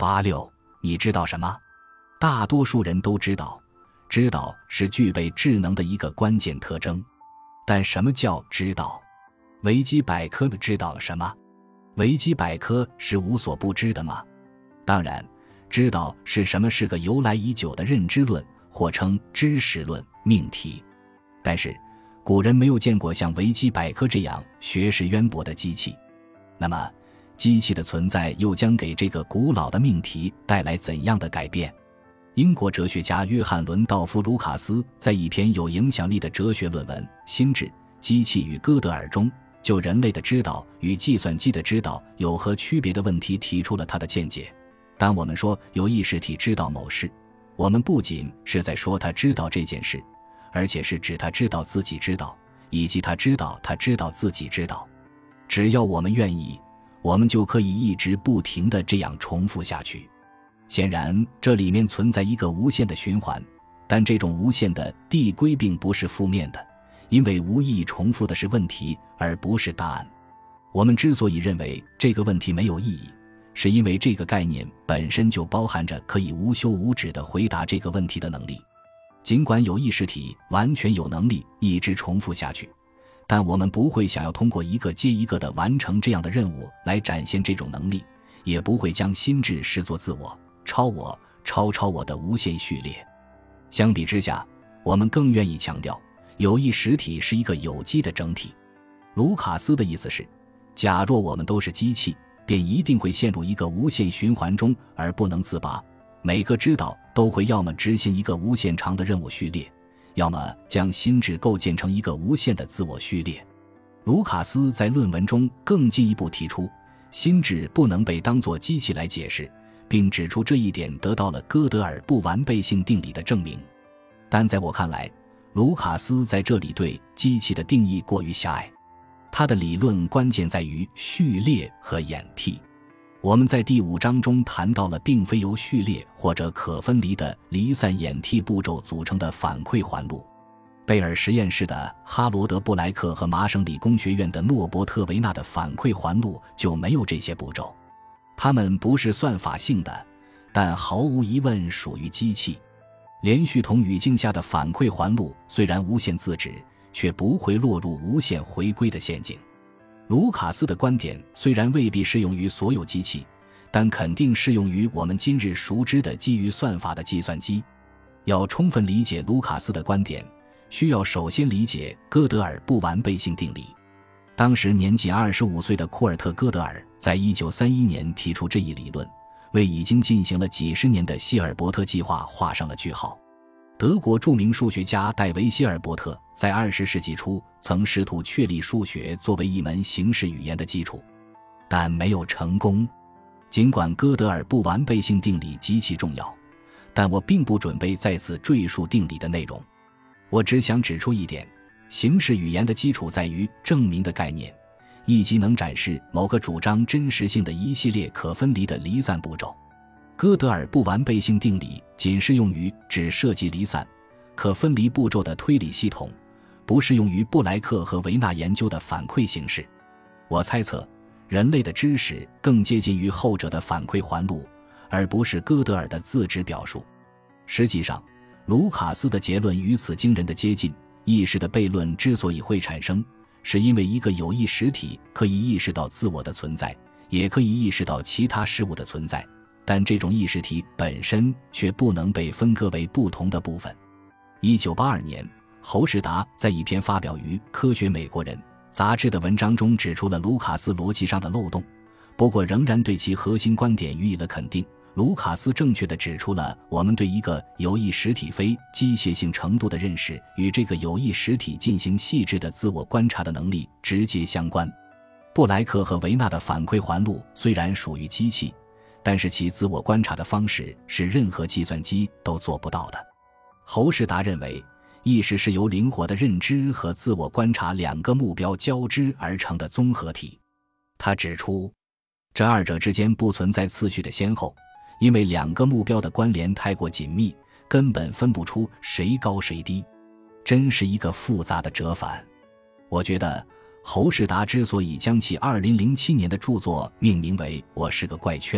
86，你知道什么？大多数人都知道，知道是具备智能的一个关键特征。但什么叫知道？维基百科知道了什么？维基百科是无所不知的吗？当然，知道是什么是个由来已久的认知论，或称知识论命题。但是，古人没有见过像维基百科这样学识渊博的机器。那么，机器的存在又将给这个古老的命题带来怎样的改变？英国哲学家约翰·伦道夫·卢卡斯在一篇有影响力的哲学论文《心智、机器与哥德尔》中，就人类的知道与计算机的知道有何区别的问题提出了他的见解。当我们说有意识体知道某事，我们不仅是在说他知道这件事，而且是指他知道自己知道，以及他知道自己知道。只要我们愿意，我们就可以一直不停地这样重复下去。显然，这里面存在一个无限的循环，但这种无限的递归并不是负面的，因为无意义重复的是问题，而不是答案。我们之所以认为这个问题没有意义，是因为这个概念本身就包含着可以无休无止地回答这个问题的能力。尽管有意识体完全有能力一直重复下去，但我们不会想要通过一个接一个地完成这样的任务来展现这种能力，也不会将心智视作自我、超我、超我的无限序列。相比之下，我们更愿意强调有意识体是一个有机的整体。卢卡斯的意思是，假若我们都是机器，便一定会陷入一个无限循环中而不能自拔。每个知道都会要么执行一个无限长的任务序列，要么将心智构建成一个无限的自我序列。卢卡斯在论文中更进一步提出，心智不能被当作机器来解释，并指出这一点得到了哥德尔不完备性定理的证明。但在我看来，卢卡斯在这里对机器的定义过于狭隘，他的理论关键在于序列和演替。我们在第5章中谈到了并非由序列或者可分离的离散演替步骤组成的反馈环路。贝尔实验室的哈罗德·布莱克和麻省理工学院的诺伯特·维纳的反馈环路就没有这些步骤。它们不是算法性的，但毫无疑问属于机器。连续统语境下的反馈环路虽然无限自指，却不会落入无限回归的陷阱。卢卡斯的观点虽然未必适用于所有机器，但肯定适用于我们今日熟知的基于算法的计算机。要充分理解卢卡斯的观点，需要首先理解哥德尔不完备性定理。当时年仅25岁的库尔特·哥德尔在1931年提出这一理论，为已经进行了几十年的希尔伯特计划画上了句号。德国著名数学家戴维·希尔伯特在20世纪初曾试图确立数学作为一门形式语言的基础，但没有成功。尽管哥德尔不完备性定理极其重要，但我并不准备在此赘述定理的内容。我只想指出一点，形式语言的基础在于证明的概念，以及能展示某个主张真实性的一系列可分离的离散步骤。哥德尔不完备性定理仅适用于只涉及离散、可分离步骤的推理系统，不适用于布莱克和维纳研究的反馈形式。我猜测，人类的知识更接近于后者的反馈环路，而不是哥德尔的自指表述。实际上，卢卡斯的结论与此惊人的接近。意识的悖论之所以会产生，是因为一个有意识体可以意识到自我的存在，也可以意识到其他事物的存在，但这种意识体本身却不能被分割为不同的部分。1982年，侯世达在一篇发表于《科学美国人》杂志的文章中指出了卢卡斯逻辑上的漏洞，不过仍然对其核心观点予以了肯定。卢卡斯正确地指出了我们对一个有意识体非机械性程度的认识与这个有意识体进行细致的自我观察的能力直接相关。布莱克和维纳的反馈环路虽然属于机器，但是其自我观察的方式是任何计算机都做不到的。侯世达认为，意识是由灵活的认知和自我观察两个目标交织而成的综合体。他指出，这二者之间不存在次序的先后，因为两个目标的关联太过紧密，根本分不出谁高谁低，真是一个复杂的折返。我觉得侯世达之所以将其2007年的著作命名为《我是个怪圈》，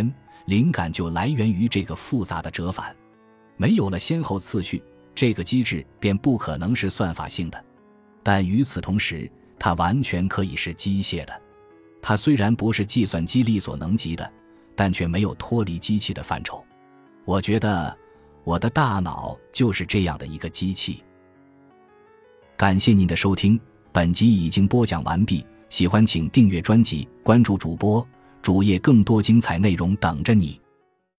灵感就来源于这个复杂的折返。没有了先后次序，这个机制便不可能是算法性的。但与此同时，它完全可以是机械的。它虽然不是计算机力所能及的，但却没有脱离机器的范畴。我觉得我的大脑就是这样的一个机器。感谢您的收听，本集已经播讲完毕，喜欢请订阅专辑，关注主播，主页更多精彩内容等着你。